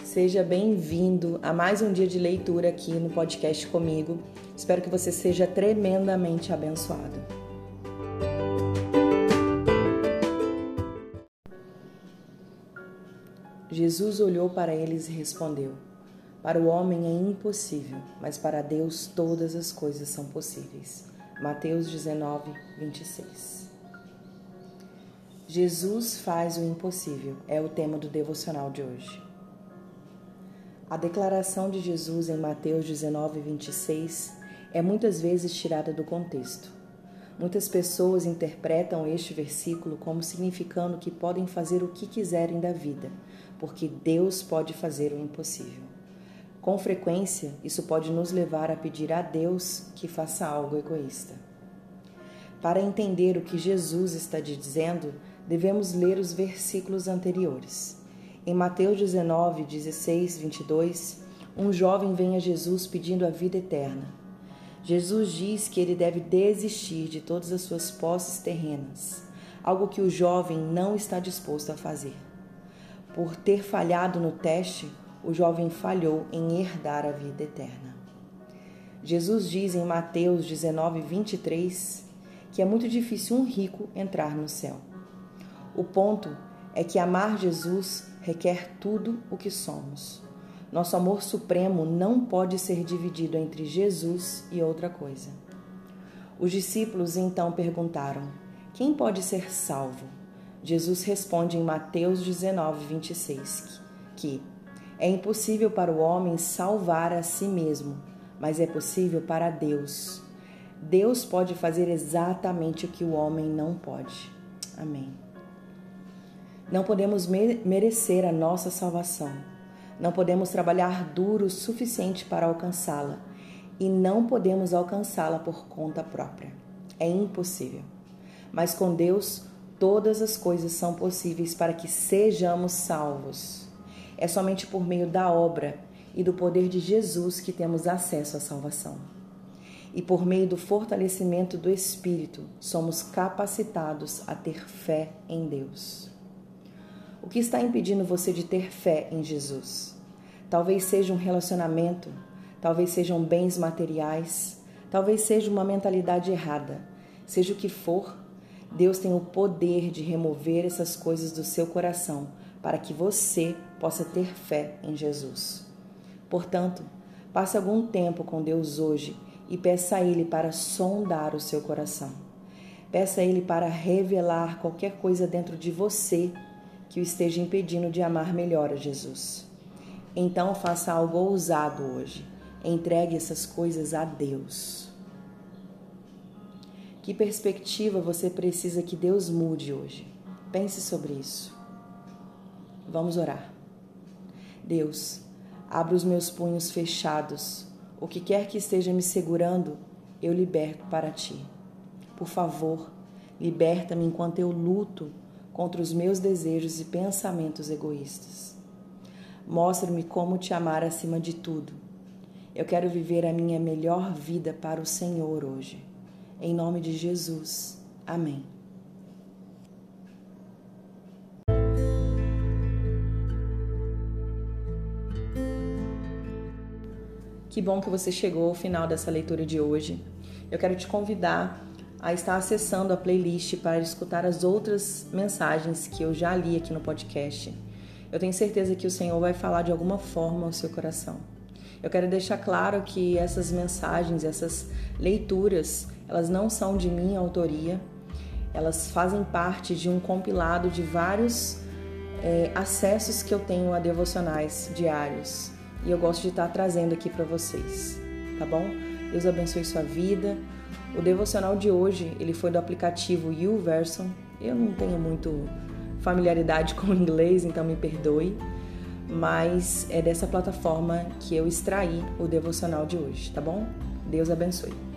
Seja bem-vindo a mais um dia de leitura aqui no podcast comigo. Espero que você seja tremendamente abençoado. Jesus olhou para eles e respondeu: para o homem é impossível, mas para Deus todas as coisas são possíveis. Mateus 19, 26. Jesus faz o impossível é o tema do devocional de hoje. A declaração de Jesus em Mateus 19, 26 é muitas vezes tirada do contexto. Muitas pessoas interpretam este versículo como significando que podem fazer o que quiserem da vida, porque Deus pode fazer o impossível. Com frequência, isso pode nos levar a pedir a Deus que faça algo egoísta. Para entender o que Jesus está dizendo, devemos ler os versículos anteriores. Em Mateus 19, 16, 22, um jovem vem a Jesus pedindo a vida eterna. Jesus diz que ele deve desistir de todas as suas posses terrenas, algo que o jovem não está disposto a fazer. Por ter falhado no teste, o jovem falhou em herdar a vida eterna. Jesus diz em Mateus 19, 23, que é muito difícil um rico entrar no céu. O ponto é que amar Jesus requer tudo o que somos. Nosso amor supremo não pode ser dividido entre Jesus e outra coisa. Os discípulos então perguntaram: quem pode ser salvo? Jesus responde em Mateus 19, 26, que é impossível para o homem salvar a si mesmo, mas é possível para Deus. Deus pode fazer exatamente o que o homem não pode. Amém. Não podemos merecer a nossa salvação. Não podemos trabalhar duro o suficiente para alcançá-la. E não podemos alcançá-la por conta própria. É impossível. Mas com Deus, todas as coisas são possíveis para que sejamos salvos. É somente por meio da obra e do poder de Jesus que temos acesso à salvação. E por meio do fortalecimento do Espírito, somos capacitados a ter fé em Deus. O que está impedindo você de ter fé em Jesus? Talvez seja um relacionamento, talvez sejam bens materiais, talvez seja uma mentalidade errada. Seja o que for, Deus tem o poder de remover essas coisas do seu coração para que você possa ter fé em Jesus. Portanto, passe algum tempo com Deus hoje e peça a Ele para sondar o seu coração. Peça a Ele para revelar qualquer coisa dentro de você que o esteja impedindo de amar melhor a Jesus. Então faça algo ousado hoje. Entregue essas coisas a Deus. Que perspectiva você precisa que Deus mude hoje? Pense sobre isso. Vamos orar. Deus, abra os meus punhos fechados. O que quer que esteja me segurando, eu liberto para Ti. Por favor, liberta-me enquanto eu luto contra os meus desejos e pensamentos egoístas. Mostra-me como Te amar acima de tudo. Eu quero viver a minha melhor vida para o Senhor hoje. Em nome de Jesus. Amém. Que bom que você chegou ao final dessa leitura de hoje. Eu quero te convidar a estar acessando a playlist para escutar as outras mensagens que eu já li aqui no podcast. Eu tenho certeza que o Senhor vai falar de alguma forma ao seu coração. Eu quero deixar claro que essas mensagens, essas leituras, elas não são de minha autoria. Elas fazem parte de um compilado de vários acessos que eu tenho a devocionais diários. E eu gosto de estar trazendo aqui para vocês, tá bom? Deus abençoe sua vida. O devocional de hoje, ele foi do aplicativo YouVersion. Eu não tenho muito familiaridade com o inglês, então me perdoe. Mas é dessa plataforma que eu extraí o devocional de hoje, tá bom? Deus abençoe.